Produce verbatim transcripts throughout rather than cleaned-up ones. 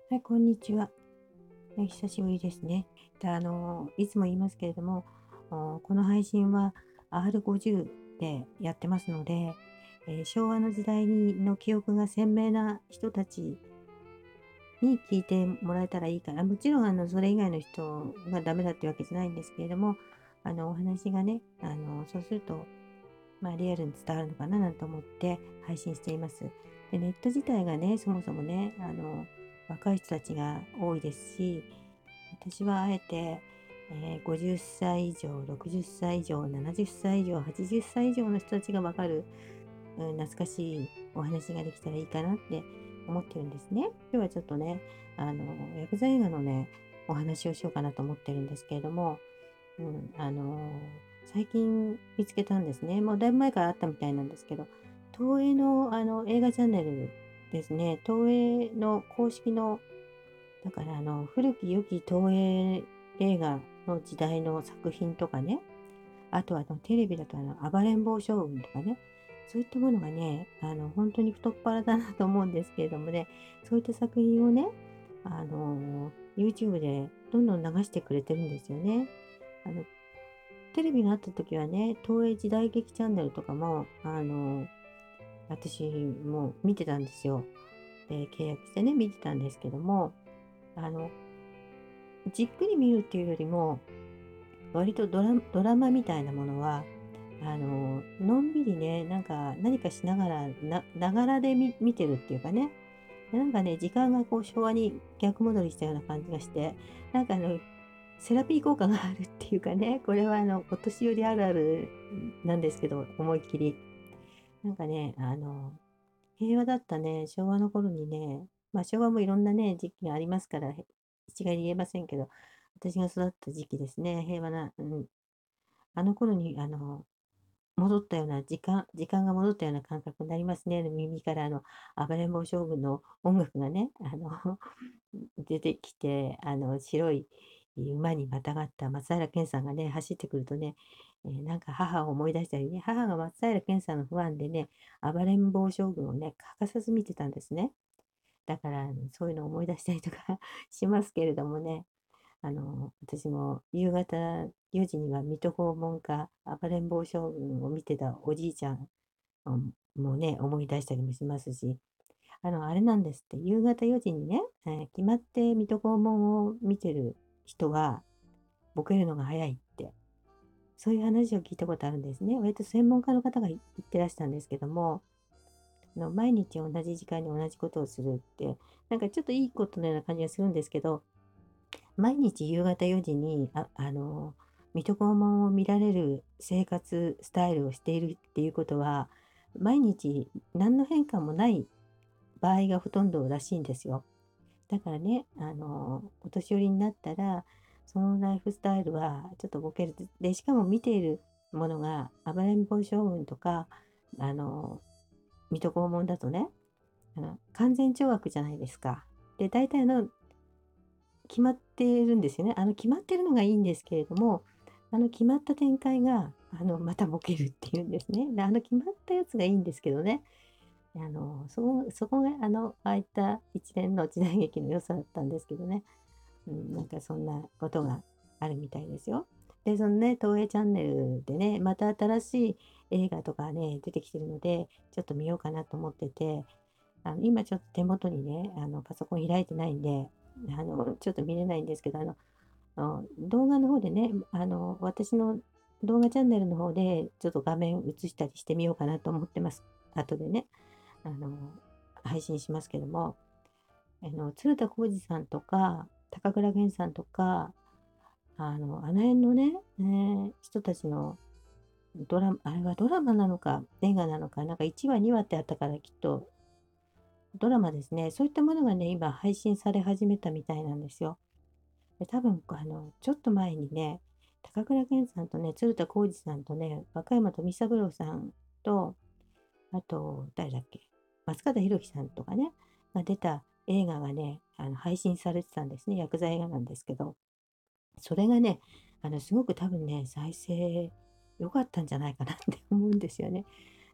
はい、こんにちは。え久しぶりですね。であの、いつも言いますけれども、おこの配信は アールごじゅう でやってますので、えー昭和の時代にの記憶が鮮明な人たちに聞いてもらえたらいいかな。もちろん、あの、それ以外の人がダメだってわけじゃないんですけれども、あの、お話がね、あの、そうすると、まあ、リアルに伝わるのかななんて思って配信しています。で、ネット自体がね、そもそもね、あの、若い人たちが多いですし、私はあえて、えーごじゅっさい以上、ろくじゅっさい以上、ななじゅっさい以上、はちじゅっさい以上の人たちがわかる、うん、懐かしいお話ができたらいいかなって思ってるんですね。今日はちょっとね、あの、ヤクザ映画のね、お話をしようかなと思ってるんですけれども、うん、あの最近見つけたんですね。もうだいぶ前からあったみたいなんですけど、東映の、あの映画チャンネルですね、東映の公式の、だからあの古き良き東映映画の時代の作品とかね、あとはあのテレビだとあの暴れん坊将軍とかね、そういったものがね、あの本当に太っ腹だなと思うんですけれどもね、そういった作品をね、あの YouTube でどんどん流してくれてるんですよね。あのテレビがあった時はね、東映時代劇チャンネルとかも、あの、私も見てたんですよ。で、契約してね、見てたんですけども、あの、じっくり見るっていうよりも、割とドラ、ドラマみたいなものは、あの、のんびりね、なんか何かしながら、な、ながらで見、見てるっていうかね、なんかね、時間がこう昭和に逆戻りしたような感じがして、なんかあの、セラピー効果があるっていうかね、これはあの、お年寄りあるあるなんですけど、思いっきり。なんかね、あの、平和だったね、昭和の頃にね、まあ昭和もいろんなね、時期がありますから、へ一概に言えませんけど、私が育った時期ですね、平和な、うん、あの頃に、あの、戻ったような時間、時間が戻ったような感覚になりますね。耳からあの、暴れん坊将軍の音楽がね、あの、出てきて、あの、白い馬にまたがった松平健さんがね、走ってくるとね、えーなんか母を思い出したりね、母が松平健さんのファンでね、暴れん坊将軍をね、欠かさず見てたんですね。だから、そういうのを思い出したりとかしますけれどもね、あの、私も夕方よじには水戸黄門か暴れん坊将軍を見てたおじいちゃんもね、思い出したりもしますし、あの、あれなんですって、夕方よじにね、えー決まって水戸黄門を見てる人は、ボケるのが早いって、そういう話を聞いたことあるんですね。割と専門家の方が言ってらしたんですけども、あの毎日同じ時間に同じことをするって、なんかちょっといいことのような感じがするんですけど、毎日夕方よじに、あ、あの、水戸黄門を見られる生活スタイルをしているっていうことは、毎日何の変化もない場合がほとんどらしいんですよ。だからね、あの、お年寄りになったら、そのライフスタイルはちょっとボケる。で、しかも見ているものが、暴れん坊将軍とか、あの、水戸黄門だとね、あの完全懲悪じゃないですか。で、大体あの、決まってるんですよね。あの、決まってるのがいいんですけれども、あの、決まった展開が、あの、またボケるっていうんですね。で、あの、決まったやつがいいんですけどね。あの、そこ、そこが、あの、ああいった一連の時代劇の良さだったんですけどね。うん、なんかそんなことがあるみたいですよ。で、そのね、東映チャンネルでね、また新しい映画とかね、出てきてるので、ちょっと見ようかなと思ってて、あの今ちょっと手元にね、あのパソコン開いてないんで、あのちょっと見れないんですけど、あの、あの動画の方でね、あの私の動画チャンネルの方でちょっと画面映したりしてみようかなと思ってます。後でね、あの配信しますけども、あの鶴田浩二さんとか高倉健さんとか、あのあの辺のね、ね人たちのドラマ、あれはドラマなのか映画なのか、なんかいちわにわってあったからきっとドラマですね。そういったものがね、今配信され始めたみたいなんですよ。で、多分、あの、ちょっと前にね、高倉健さんとね、鶴田浩二さんとね、和歌山富三郎さんと、あと、誰だっけ、松方弘樹さんとかね、が出た映画がね、あの配信されてたんですね。薬剤映画なんですけど、それがね、あの、すごく多分ね、再生良かったんじゃないかなって思うんですよね。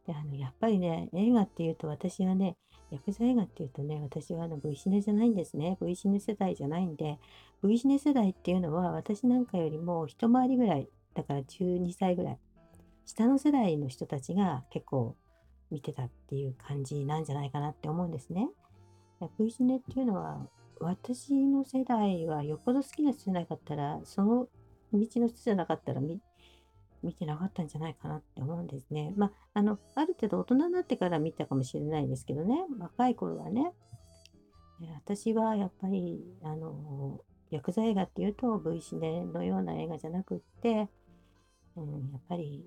で、あの、やっぱりね、映画っていうと私はね、ヤクザ映画っていうとね、私はあの V シネじゃないんですね。V シネ世代じゃないんで、V シネ世代っていうのは私なんかよりも一回りぐらい、だからじゅうにさいぐらい、下の世代の人たちが結構見てたっていう感じなんじゃないかなって思うんですね。V シネっていうのは、私の世代はよっぽど好きな人じゃなかったら、その道の人じゃなかったら見見てなかったんじゃないかなって思うんですね。まあ、あの、ある程度大人になってから見たかもしれないですけどね、若い頃はね、え私はやっぱり、あの、ヤクザ映画っていうと V シネのような映画じゃなくって、うん、やっぱり、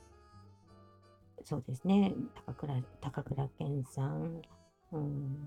そうですね、高倉、高倉健さん、うん、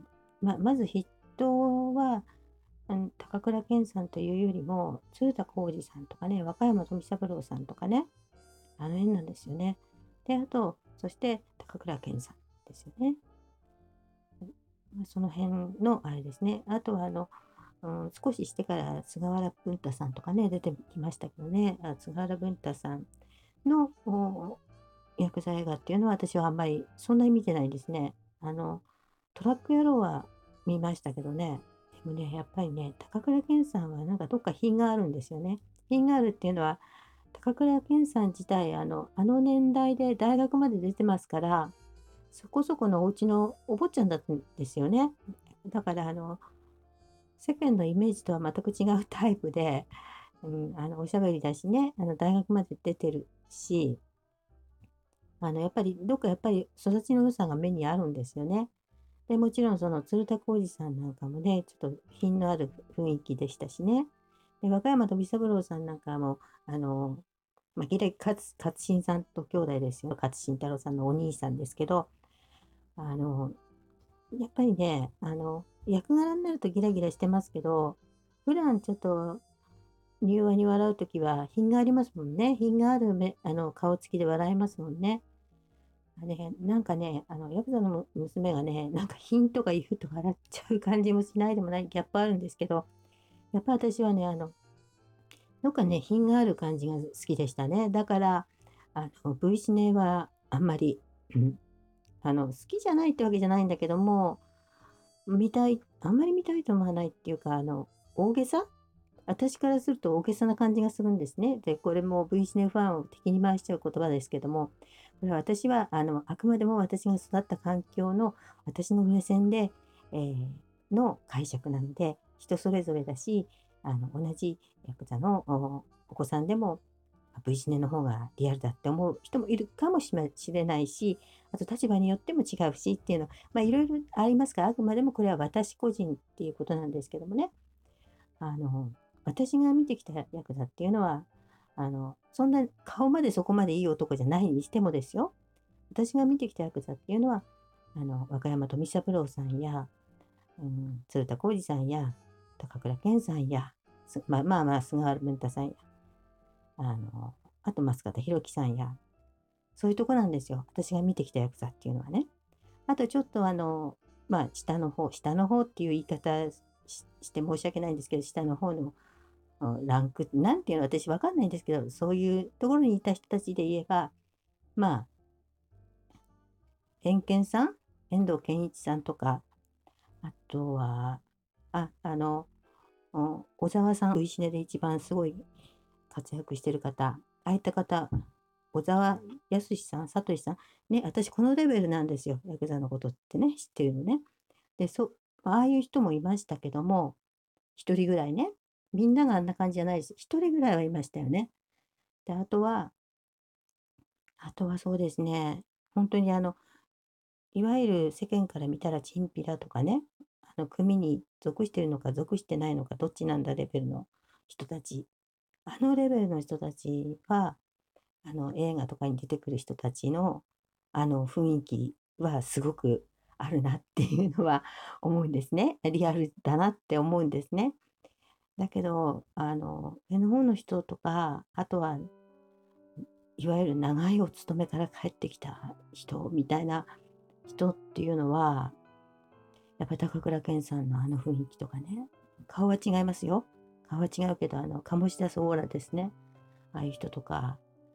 ま、まず筆頭は、うん、高倉健さんというよりも、鶴田浩二さんとかね、若山富三郎さんとかね、あの辺なんですよね。で、あと、そして高倉健さんですよね。まあ、その辺のあれですね。あとはあの、うん、少ししてから菅原文太さんとかね、出てきましたけどね、あ菅原文太さんのおヤクザ映画っていうのは私はあんまりそんなに見てないんですね。あの、トラック野郎は見ましたけどね、でもね、やっぱりね、高倉健さんはなんかどっか品があるんですよね。品があるっていうのは、高倉健さん自体、あの、あの年代で大学まで出てますから、そこそこのお家のお坊ちゃんだったんですよね。だから、あの、世間のイメージとは全く違うタイプで、うん、あの、おしゃべりだしね、あの、大学まで出てるし、あの、やっぱり、どっかやっぱり育ちの良さが目にあるんですよね。で、もちろんその鶴田浩二さんなんかもね、ちょっと品のある雰囲気でしたしね。で、和歌山富三郎さんなんかも、あの、まあ、ギレ勝勝新さんと兄弟ですよ。勝新太郎さんのお兄さんですけど、あの、やっぱりね、あの、役柄になるとギラギラしてますけど、普段ちょっと柔和に笑うときは品がありますもんね。品がある目、あの、顔つきで笑いますもんね。あれ、なんかね、あの、ヤクザの娘がね、なんか品とか言うと笑っちゃう感じもしないでもないギャップあるんですけど、やっぱ私はね、あの、なんかね、品がある感じが好きでしたね。だから、あの、V シネはあんまり、うん、あの、好きじゃないってわけじゃないんだけども、見たい、あんまり見たいと思わないっていうか、あの、大げさ私からすると大げさな感じがするんですね。で、これも V シネファンを敵に回しちゃう言葉ですけども、これは私は、あの、あくまでも私が育った環境の私の目線で、えーの解釈なので、人それぞれだし、あの、同じヤクザのおお子さんでも、V シネの方がリアルだって思う人もいるかもしれないし、あと立場によっても違うしっていうの、まあいろいろありますが、あくまでもこれは私個人っていうことなんですけどもね。あの、私が見てきたヤクザっていうのは、あの、そんな顔までそこまでいい男じゃないにしてもですよ。私が見てきたヤクザっていうのは、あの、和歌山富三郎さんや、うん、鶴田浩二さんや、高倉健さんや、すまあまあまあ、菅原文太さんや、あの、あと増形弘樹さんや、そういうとこなんですよ。私が見てきたヤクザっていうのはね。あとちょっとあの、まあ、下の方、下の方っていう言い方しして申し訳ないんですけど、下の方のランク、なんていうの私わかんないんですけど、そういうところにいた人たちで言えば、まあ、偏見さん、遠藤健一さんとか、あとは、あ、あの、お小沢さん、V シネで一番すごい活躍してる方、ああいった方、小沢康さん、聡さん、ね、私このレベルなんですよ、ヤクザのことってね、知ってるのね。で、そ、ああいう人もいましたけども、一人ぐらいね、みんながあんな感じじゃないです。一人ぐらいはいましたよね。で、あとは、あとはそうですね、本当にあの、いわゆる世間から見たらチンピラとかね、あの、組に属してるのか属してないのか、どっちなんだレベルの人たち。あのレベルの人たちは、あの、映画とかに出てくる人たちの、あの、雰囲気はすごくあるなっていうのは思うんですね。リアルだなって思うんですね。だけど、あの、上の方の人とか、あとはいわゆる長いお勤めから帰ってきた人みたいな人っていうのは、やっぱり高倉健さんのあの雰囲気とかね、顔は違いますよ。顔は違うけど、あの、醸し出すオーラですね。ああいう人とか、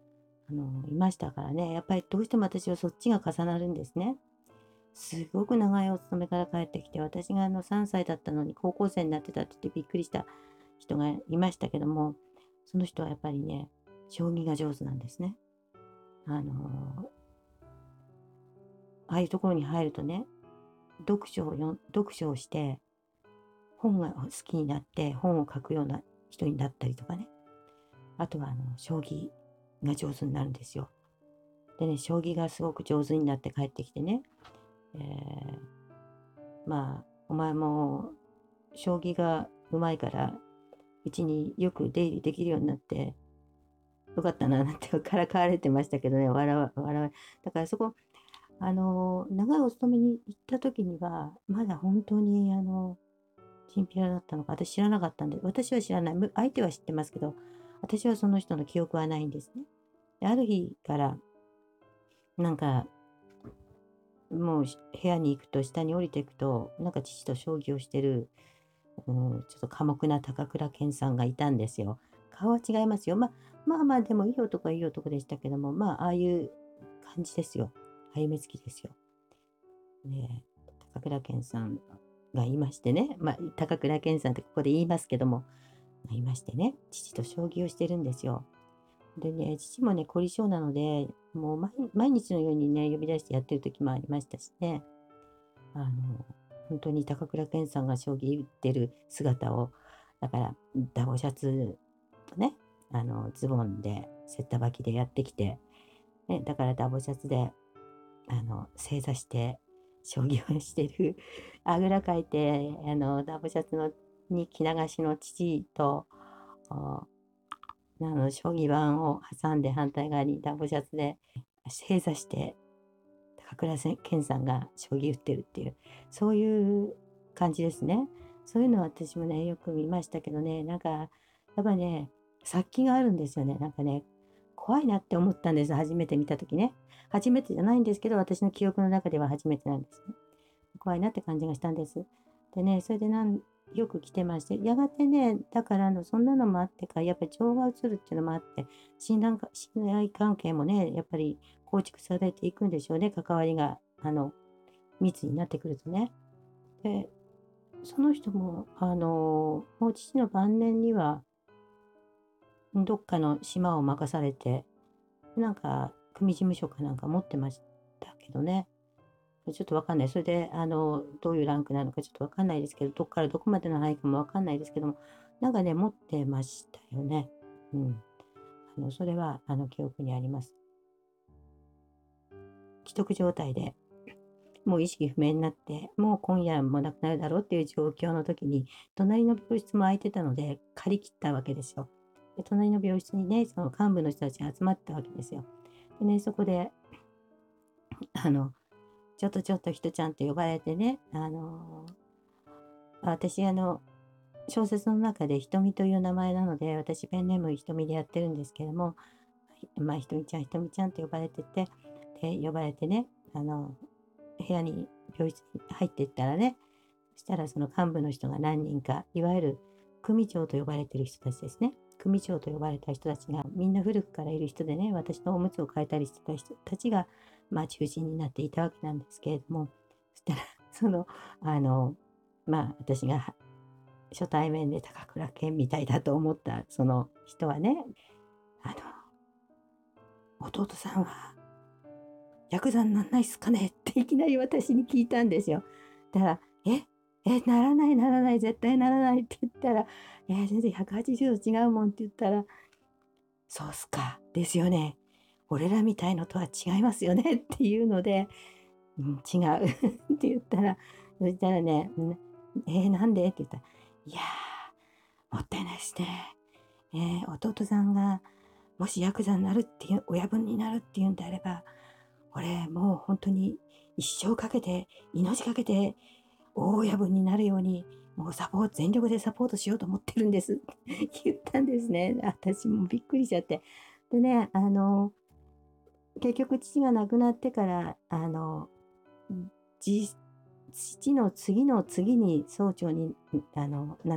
あのいましたからね、やっぱりどうしても私はそっちが重なるんですね。すごく長いお勤めから帰ってきて、私があのさんさいだったのに高校生になってたって言ってびっくりした人がいましたけども、その人はやっぱりね、将棋が上手なんですね。あのああいうところに入るとね、読書を読読書をして本が好きになって本を書くような人になったりとかね、あとはあの将棋が上手になるんですよ。でね、将棋がすごく上手になって帰ってきてね、えーまあお前も将棋がうまいからうちによく出入りできるようになってよかったななんてからかわれてましたけどね、笑わ笑わだからそこ、あの長いお勤めに行った時にはまだ本当にあのチンピラだったのか私知らなかったんで、私は知らない、む相手は知ってますけど、私はその人の記憶はないんですね。である日からなんかもう部屋に行くと下に降りていくとなんか父と将棋をしてる、うん、ちょっと寡黙な高倉健さんがいたんですよ。顔は違いますよ。まあまあまあでもいい男はいい男でしたけども、まあああいう感じですよ。あゆめつきですよ。ね、高倉健さんがいましてね、まあ高倉健さんってここで言いますけども、がいましてね、父と将棋をしてるんですよ。でね、父もね、凝り性なので、もう毎毎日のようにね、呼び出してやってる時もありましたしね、あの、本当に高倉健さんが将棋打ってる姿を、だから、ダボシャツとね、あの、ズボンで、セッタ履きでやってきて、ね、だからダボシャツで、あの、正座して、将棋をしてる、あぐらかいて、あの、ダボシャツのに着流しの父と、あの、将棋盤を挟んで反対側にダボシャツで正座して高倉健さんが将棋打ってるっていう、そういう感じですね。そういうのは私もね、よく見ましたけどね、なんか、やっぱね、殺気があるんですよね。なんかね、怖いなって思ったんです、初めて見たときね。初めてじゃないんですけど、私の記憶の中では初めてなんですね。怖いなって感じがしたんです。でね、それでなんよく来てまして、やがてね、だからあのそんなのもあってか、やっぱり情が移るっていうのもあって、信頼か信頼関係もね、やっぱり構築されていくんでしょうね、関わりがあの密になってくるとね。で、その人も、あのもう父の晩年には、どっかの島を任されて、なんか組事務所かなんか持ってましたけどね。ちょっとわかんない。それで、あの、どういうランクなのかちょっとわかんないですけど、どこからどこまでの範囲かもわかんないですけども、なんかね、持ってましたよね。うん。あの、それは、あの、記憶にあります。既得状態で、もう意識不明になって、もう今夜もなくなるだろうっていう状況の時に、隣の病室も空いてたので、借り切ったわけですよ。で、隣の病室にね、その幹部の人たちが集まったわけですよ。でね、そこで、あの、ちょっとちょっとひとちゃんと呼ばれてね、あの私、あの、小説の中でひとみという名前なので、私ペンネームひとみでやってるんですけども、まあ、ひとみちゃん、ひとみちゃんって呼ばれてて、で、呼ばれてね、あの、部屋に、病室に入っていったらね、そしたらその幹部の人が何人か、いわゆる組長と呼ばれてる人たちですね。組長と呼ばれた人たちがみんな古くからいる人でね、私のおむつを変えたりしてた人たちが、まあ中心になっていたわけなんですけれども、そしたら、その、あの、まあ私が初対面で高倉健みたいだと思ったその人はね、あの、弟さんはヤクザになんないっすかねっていきなり私に聞いたんですよ。だから、ええ、ならないならない、絶対ならないって言ったら、え全然ひゃくはちじゅうど違うもんって言ったら、そうっすか、ですよね。俺らみたいのとは違いますよねっていうので、うん、違うって言ったら、そしたらね、えー、なんでって言ったら、いやー、もったいないですね。えー、弟さんがもしヤクザになるっていう親分になるっていうんであれば、俺もう本当に一生かけて命かけて大親分になるようにもうサポート全力でサポートしようと思ってるんですって言ったんですね。私もびっくりしちゃって。でね、あの結局父が亡くなってからあの父の次の次に総長にあのなった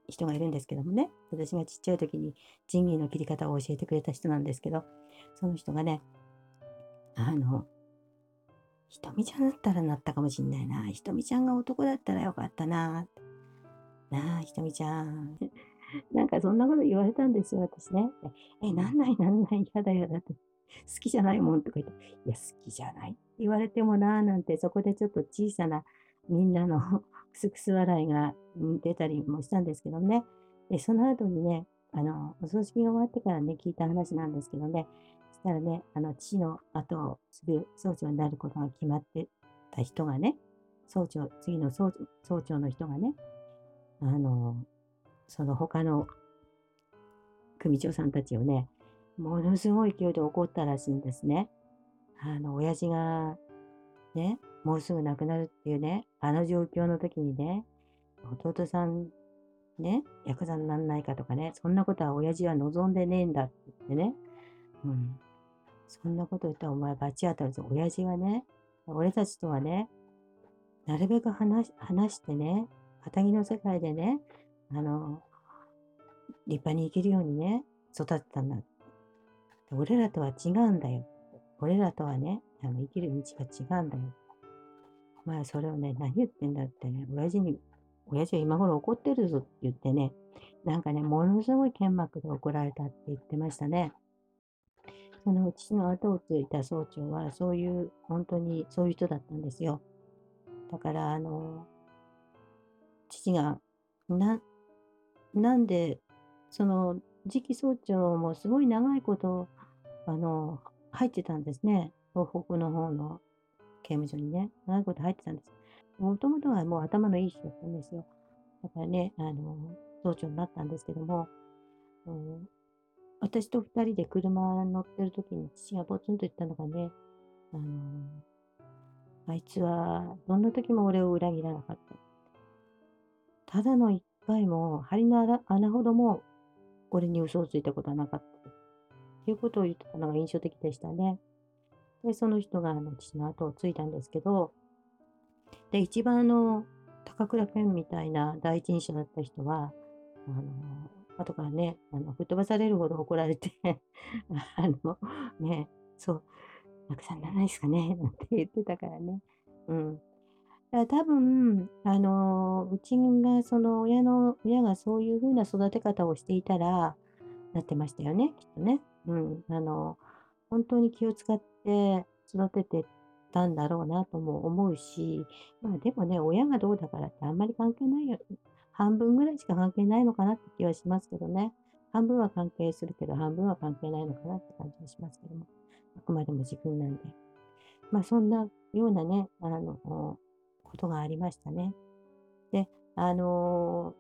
人がいるんですけどもね、私がちっちゃい時に仁義の切り方を教えてくれた人なんですけど、その人がね、あの、ひとみちゃんだったらなったかもしんないな。ひとみちゃんが男だったらよかったな。なあ、ひとみちゃん。なんかそんなこと言われたんですよ、私ね。え、なんないなんない、やだやだって。好きじゃないもんとか言って、いや、好きじゃないって言われてもなーなんて、そこでちょっと小さなみんなのクスクス笑いがうん出たりもしたんですけどね。で、その後にね、あの、お葬式が終わってからね、聞いた話なんですけどね、そしたらね、あの、父の後を継ぐ総長になることが決まってた人がね、総長、次の総総長の人がね、あの、その他の組長さんたちをね、ものすごい勢いで怒ったらしいんですね。あの、親父がね、もうすぐ亡くなるっていうね、あの状況の時にね、弟さんね、ヤクザになんないかとかね、そんなことは親父は望んでねえんだって言ってね、うん、そんなこと言ったらお前罰当たるぞ。親父はね、俺たちとはね、なるべく話話してね、仇の世界でね、あの、立派に生きるようにね、育ってたんだ。俺らとは違うんだよ。俺らとはね、あの生きる道が違うんだよ。お前それをね、何言ってんだってね、親父に、親父は今頃怒ってるぞって言ってね、なんかね、ものすごい剣幕で怒られたって言ってましたね。その父の後を継いだ総長は、そういう、本当にそういう人だったんですよ。だから、あの、父が、な、なんで、その次期総長もすごい長いこと、あの、入ってたんですね。東北の方の刑務所にね、長いこと入ってたんです。もともとはもう頭のいい人だったんですよ。だからね、あの、総長になったんですけども、うん、私と二人で車に乗ってる時に父がポツンと言ったのがね、あの、あいつはどんな時も俺を裏切らなかった。ただの一回も針の穴穴ほども俺に嘘をついたことはなかった。ということを言ってたのが印象的でしたね。で、その人があの父の後を継いだんですけど、で、一番あの、高倉健みたいな第一印象だった人は、あの、後からね、あの、吹っ飛ばされるほど怒られてあの、ね、そう、楽さんならないですかね、なんて言ってたからね。うん。だから多分、あの、うちが、その親の、親がそういう風な育て方をしていたら、なってましたよね、きっとね。うん。あの、本当に気を使って育ててたんだろうなとも思うし、まあでもね、親がどうだからってあんまり関係ないよ。半分ぐらいしか関係ないのかなって気はしますけどね。半分は関係するけど、半分は関係ないのかなって感じがしますけども。あくまでも自分なんで。まあそんなようなね、あの、ことがありましたね。で、あの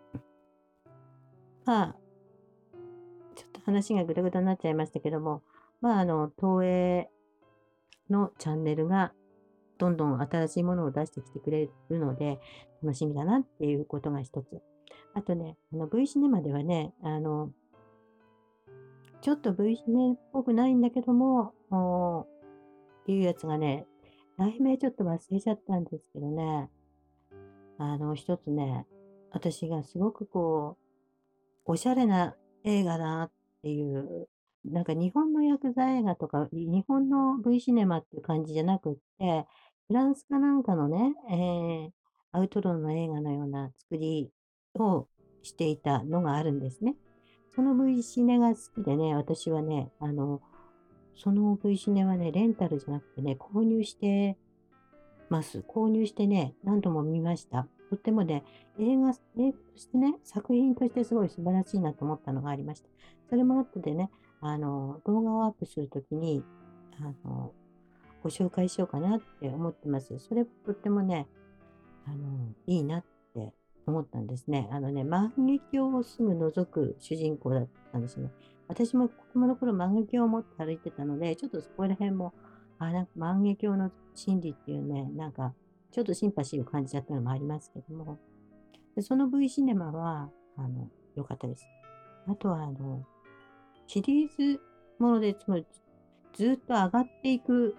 まあ、ちょっと話がぐだぐだになっちゃいましたけども、まあ、あの、東映のチャンネルがどんどん新しいものを出してきてくれるので、楽しみだなっていうことが一つ。あとね、あの V シネマではね、あの、ちょっと V シネっぽくないんだけども、おっていうやつがね、題名ちょっと忘れちゃったんですけどね、あの、一つね、私がすごくこう、おしゃれな映画だなっていう、なんか日本のヤクザ映画とか、日本の V シネマっていう感じじゃなくって、フランスかなんかのね、えーアウトローの映画のような作りをしていたのがあるんですね。その V シネが好きでね、私はね、あの、その V シネはね、レンタルじゃなくてね、購入してます。購入してね、何度も見ました。とってもね、映画、映画としてね、作品としてすごい素晴らしいなと思ったのがありました。それもあってでね、あの、動画をアップするときに、あの、ご紹介しようかなって思ってます。それとってもね、あの、いいなって思ったんですね。あのね、万華鏡をすぐ覗く主人公だったんですよね。私も子供の頃万華鏡を持って歩いてたので、ちょっとそこら辺も、あ、なんか万華鏡の心理っていうね、なんか、ちょっとシンパシーを感じちゃったのもありますけども、でその V シネマは、あの、良かったです。あとは、あの、シリーズもので、つまりずっと上がっていく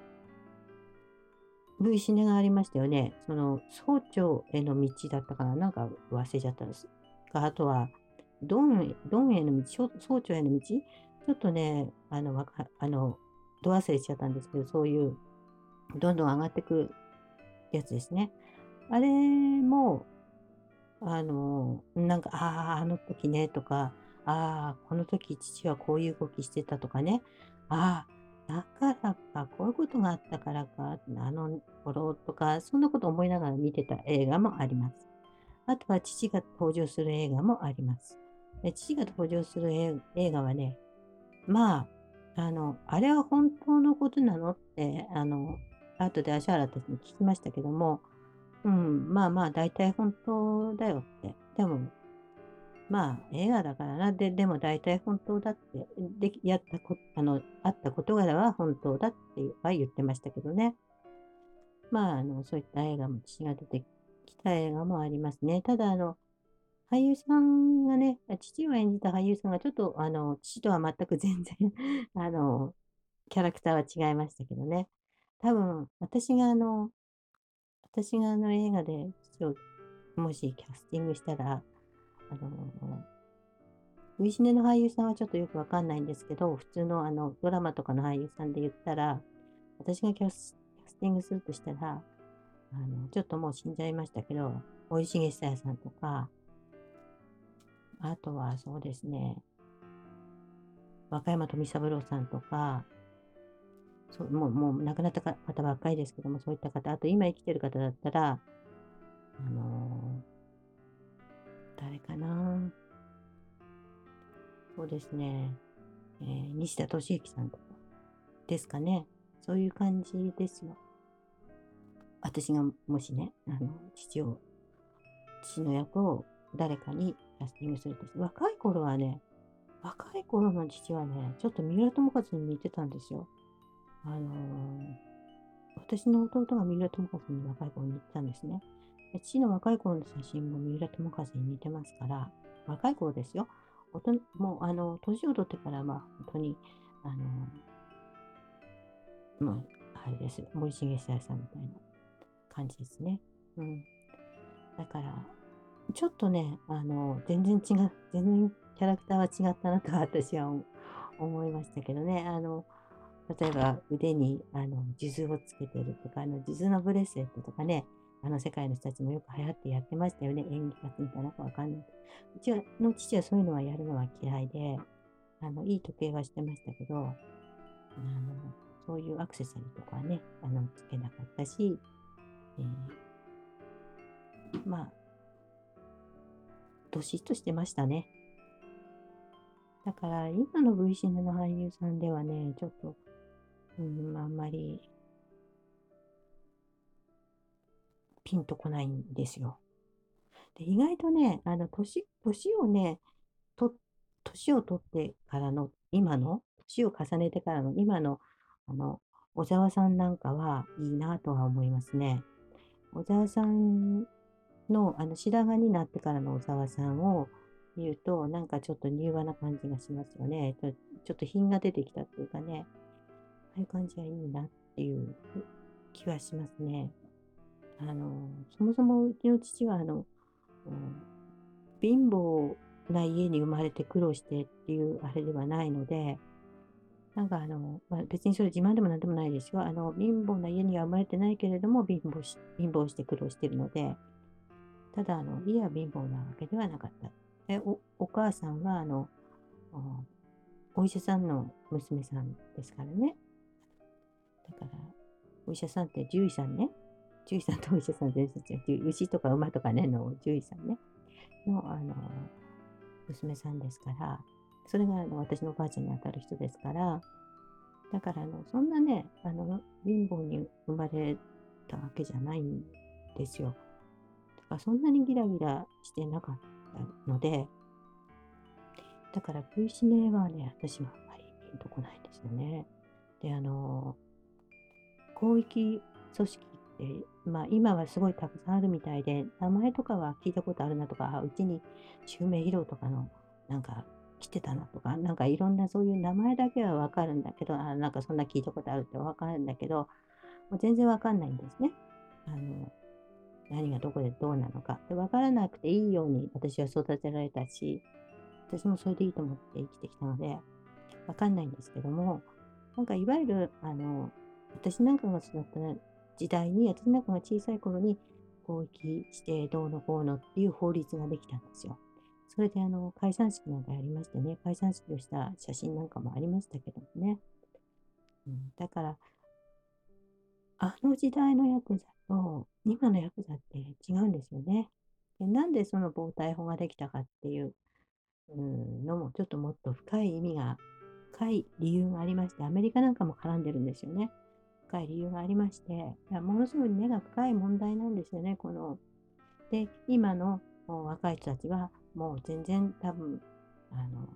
V シネがありましたよね。その、総長への道だったかななんか忘れちゃったんです。 か、あとは、ドン、ドンへの道、総総長への道、ちょっとね、あの、わか、あの、ど忘れしちゃったんですけど、そういう、どんどん上がってくやつですね。あれも、あの、なんか、ああ、あの時ね、とか、ああ、この時父はこういう動きしてたとかね、ああ、だからか、こういうことがあったからか、あの頃とか、そんなこと思いながら見てた映画もあります。あとは父が登場する映画もあります。で父が登場する映映画はね、まあ、あの、あれは本当のことなのって、あの、後で芦原たちに聞きましたけども、うん、まあまあ、大体本当だよって。でも、まあ、映画だからな。で、でも大体本当だって。で、やったこ、あの、あった事柄は本当だっては言ってましたけどね。まあ、あの、そういった映画も、父が出てきた映画もありますね。ただ、あの、俳優さんがね、父を演じた俳優さんがちょっと、あの、父とは全く全然あの、キャラクターは違いましたけどね。多分、私があの、私があの映画で父をもしキャスティングしたら、あの、V シネの俳優さんはちょっとよくわかんないんですけど、普通のあのドラマとかの俳優さんで言ったら、私がキャス、キャスティングするとしたら、あの、ちょっともう死んじゃいましたけど、森重久彌さんとか、あとはそうですね、若山富三郎さんとか、そうもう、もう亡くなった方ばっかりですけども、そういった方、あと今生きてる方だったら、あのー誰かな、そうですね、えー西田敏行さんとかですかね。そういう感じですよ。私がもしね、あの、父を、父の役を誰かにキャスティングするとして、若い頃はね、若い頃の父はね、ちょっと三浦友和に似てたんですよ。あのー私の弟が三浦友和に若い頃に似てたんですね。で父の若い頃の写真も三浦友和に似てますから、若い頃ですよ。大人もう、あの、年を取ってから、まあ、本当に、あのーもう、あれです。森重久彌さんみたいな感じですね。うん。だから、ちょっとね、あの、全然違う、全然キャラクターは違ったなと私は思いましたけどね。あの、例えば腕にあの数珠をつけてるとか、あの数珠のブレスレットとかね、あの世界の人たちもよく流行ってやってましたよね。演技活みたいなのかわかんない。うちの父はそういうのはやるのは嫌いで、あの、いい時計はしてましたけど、あの、そういうアクセサリーとかはね、あの、つけなかったし、えーまあ、どしっとしてましたね。だから今の V シネの俳優さんではね、ちょっと、うん、あんまりピンとこないんですよ。で、意外とね、あの、年、年をね、と、年を取ってからの、今の、年を重ねてからの、今の、あの、小沢さんなんかはいいなとは思いますね。小沢さんの、あの、白髪になってからの小沢さんを見ると、なんかちょっと柔和な感じがしますよね。ちょ、ちょっと品が出てきたっていうかね、ああいう感じがいいなっていう気はしますね。あの、そもそもうちの父は、あの、うん貧乏な家に生まれて苦労してっていうあれではないので、なんかあの、まあ、別にそれ自慢でもなんでもないですよ。あの、貧乏な家には生まれてないけれども、貧乏し、貧乏して苦労してるので、ただ、あの、家は貧乏なわけではなかった。で、お、お母さんは、あの、おお医者さんの娘さんですからね。だから、お医者さんって獣医さんね。獣医さんとお医者さん全然違う。牛とか馬とかね、の獣医さんね。の、あの、娘さんですから、それがあの私のおばあちゃんにあたる人ですから、だからあのそんなね、あの貧乏に生まれたわけじゃないんですよ。だからそんなにギラギラしてなかったので、だから V シネはね、私はあんまりピンとこないんですよね。で、あの、広域組織って、まあ今はすごいたくさんあるみたいで、名前とかは聞いたことあるなとか、あうちに襲名披露とかのなんか来てたなとか、なんかいろんなそういう名前だけはわかるんだけど、あ、なんかそんな聞いたことあるってわかるんだけど、もう全然わかんないんですね。あの、 何がどこでどうなのか。で、わからなくていいように私は育てられたし、私もそれでいいと思って生きてきたので、わかんないんですけども、なんかいわゆる、あの、私なんかが育った時代に、私なんかが小さい頃に、広域してどうのこうのっていう法律ができたんですよ。それであの解散式なんかやりましてね、解散式をした写真なんかもありましたけどもね。うん、だから、あの時代のヤクザと今のヤクザって違うんですよね。で、なんでその暴対法ができたかっていううんのもちょっともっと深い意味が、深い理由がありまして、アメリカなんかも絡んでるんですよね。深い理由がありまして、いやものすごい根が深い問題なんですよね、この。で、今の若い人たちはもう全然多分、あの、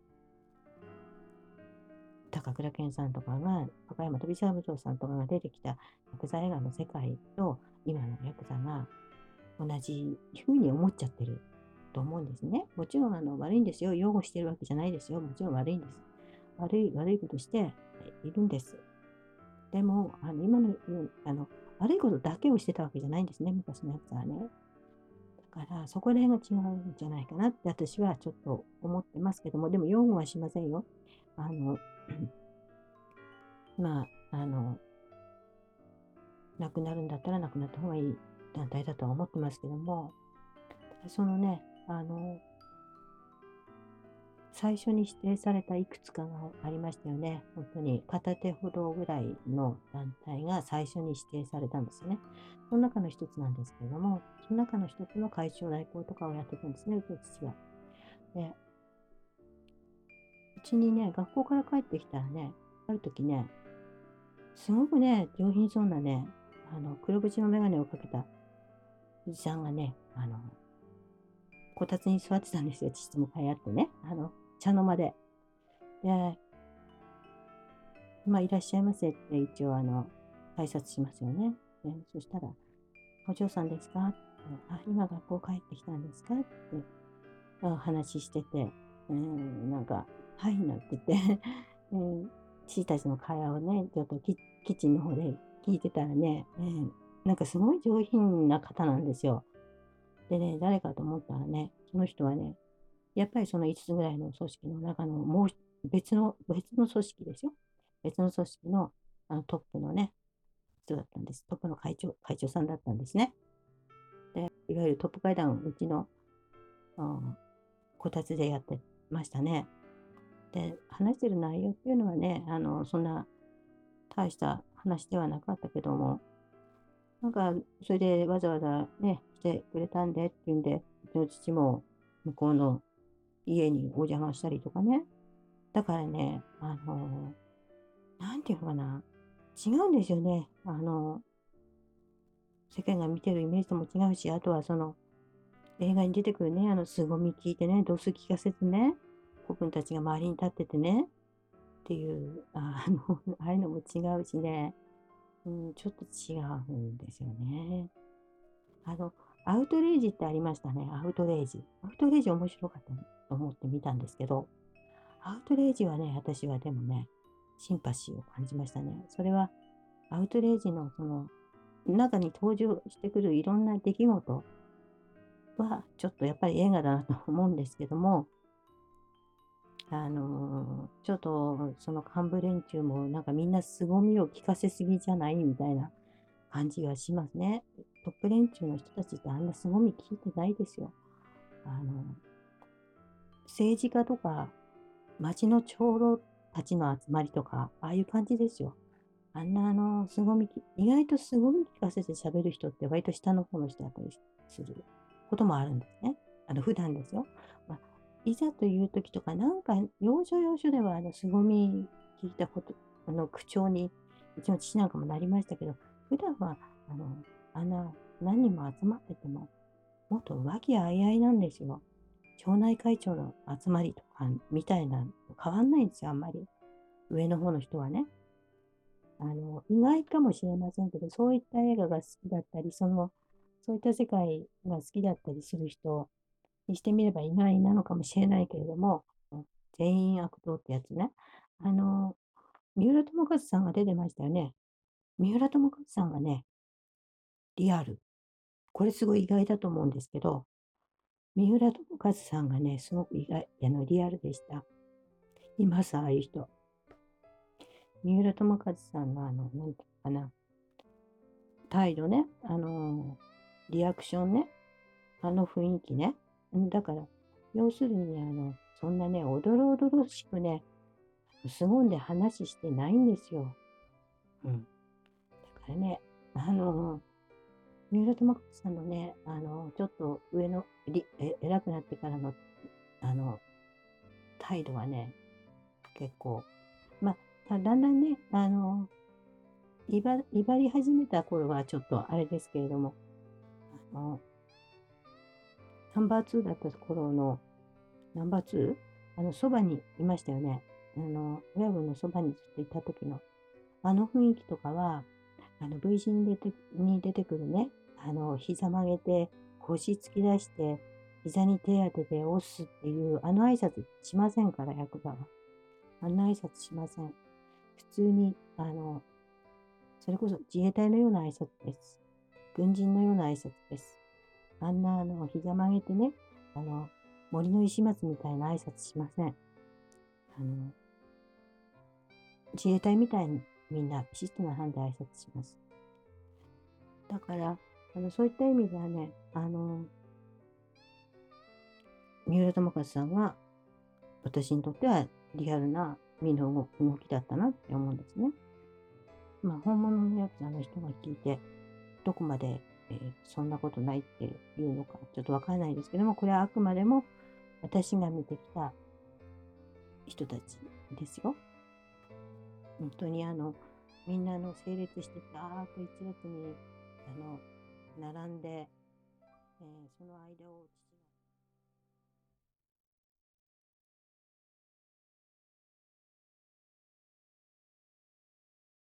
高倉健さんとかが、高山飛三郎さんとかが出てきたヤクザ映画の世界と今のヤクザが同じふうに思っちゃってると思うんですね。もちろんあの悪いんですよ。擁護してるわけじゃないですよ。もちろん悪いんです。悪い、悪いことしているんです。でも、あの今のあの悪いことだけをしてたわけじゃないんですね、昔のやつはね。だから、そこら辺が違うんじゃないかなって私はちょっと思ってますけども、でも擁護はしませんよ。あの、まあ、あの、亡くなるんだったら亡くなった方がいい団体だとは思ってますけども、そのね、あの、最初に指定されたいくつかがありましたよね。本当に片手ほどぐらいの団体が最初に指定されたんですよね。その中の一つなんですけれども、その中の一つの会長代行とかをやってたんですね、うちの父は。で、うちにね、学校から帰ってきたらね、ある時ね、すごくね、上品そうなね、あの黒縁の眼鏡をかけたおじさんがね、あの、こたつに座ってたんですよ、父と向かい合ってね、あの、茶の間で。で、まあ、いらっしゃいませって一応あの挨拶しますよね。でそしたら、お嬢さんですかって、あ、今学校帰ってきたんですかってお話ししてて、うん、なんか、はいなんて言ってうん、父たちの会話をね、ちょっとキキッチンの方で聞いてたらね、うん、なんかすごい上品な方なんですよ。でね、誰かと思ったらね、その人はね、やっぱりそのいつつぐらいの組織の中のもう別の、別の組織ですよ。別の組織のあのトップのね、人だったんです。トップの会長、会長さんだったんですね。で、いわゆるトップ会談をうちの、うん、こたつでやってましたね。で、話してる内容っていうのはね、あの、そんな大した話ではなかったけども、なんか、それでわざわざね、来てくれたんでっていうんで、うちの父も向こうの家にお邪魔したりとかね。だからね、あの、なんていうのかな、違うんですよね。あの、世間が見てるイメージとも違うし、あとはその映画に出てくるね、あの凄み聞いてね、ドス聞かせてね、子分たちが周りに立っててね、っていう、あの、ああいうのも違うしね、うん、ちょっと違うんですよね。あの、アウトレイジってありましたね、アウトレイジ。アウトレイジ面白かったと思って見たんですけど、アウトレイジはね、私はでもね、シンパシーを感じましたね。それは、アウトレイジのその中に登場してくるいろんな出来事は、ちょっとやっぱり映画だなと思うんですけども、あのーちょっとその幹部連中もなんかみんな凄みを聞かせすぎじゃないみたいな感じがしますね。トップ連中の人たちってあんな凄み聞いてないですよ。あの、政治家とか町の長老たちの集まりとか、ああいう感じですよ。あんなあの、凄みき、意外と凄み聞かせて喋る人って割と下の方の人だったりすることもあるんですね。あの、普段ですよ。まあ、いざという時とか、なんか、要所要所では、あの、凄み聞いたこと、あの、口調に、うちの父なんかもなりましたけど、普段は、あの、あんな、何人も集まってても、もっと和気あいあいなんですよ。町内会長の集まりとか、みたいな、変わんないんですよ、あんまり。上の方の人はね。あの、意外かもしれませんけど、そういった映画が好きだったり、その、そういった世界が好きだったりする人にしてみれば意外なのかもしれないけれども、全員悪党ってやつね。あの、三浦友和さんが出てましたよね。三浦友和さんがね、リアル。 これすごい意外だと思うんですけど、三浦友和さんがね、すごく意外、あの、リアルでした。います、ああいう人。三浦友和さんのあの、なんていうかな、態度ね、あのリアクションね、あの雰囲気ね。うんだから、要するにね、あの、そんなね、おどろおどろしくね、凄んで話してないんですよ。うん。だからね、あの、三浦友和さんのね、あの、ちょっと上の、りえ偉くなってからの、あの、態度はね、結構、まあ、だんだんね、あの、威張威張り始めた頃はちょっとあれですけれども、あの、ナンバーツーだった頃の、ナンバーツー? あの、そばにいましたよね。あの、親分のそばにずっといた時の、あの雰囲気とかは、あの、V 字に出てに出てくるね、あの、膝曲げて、腰突き出して、膝に手当てて押すっていう、あの挨拶しませんから、役場は。あんな挨拶しません。普通に、あの、それこそ自衛隊のような挨拶です。軍人のような挨拶です。あんな、あの、膝曲げてね、あの、森の石松みたいな挨拶しません。あの、自衛隊みたいにみんなピシッと並んで挨拶します。だから、あのそういった意味ではね、あの、三浦友和さんは私にとってはリアルな身の動きだったなって思うんですね。まあ、本物のやつあの人が聞いて、どこまで、えーそんなことないっていうのかちょっとわからないですけども、これはあくまでも私が見てきた人たちですよ。本当にあの、みんなの整列してダーッと一列にあの並んで、えーその間を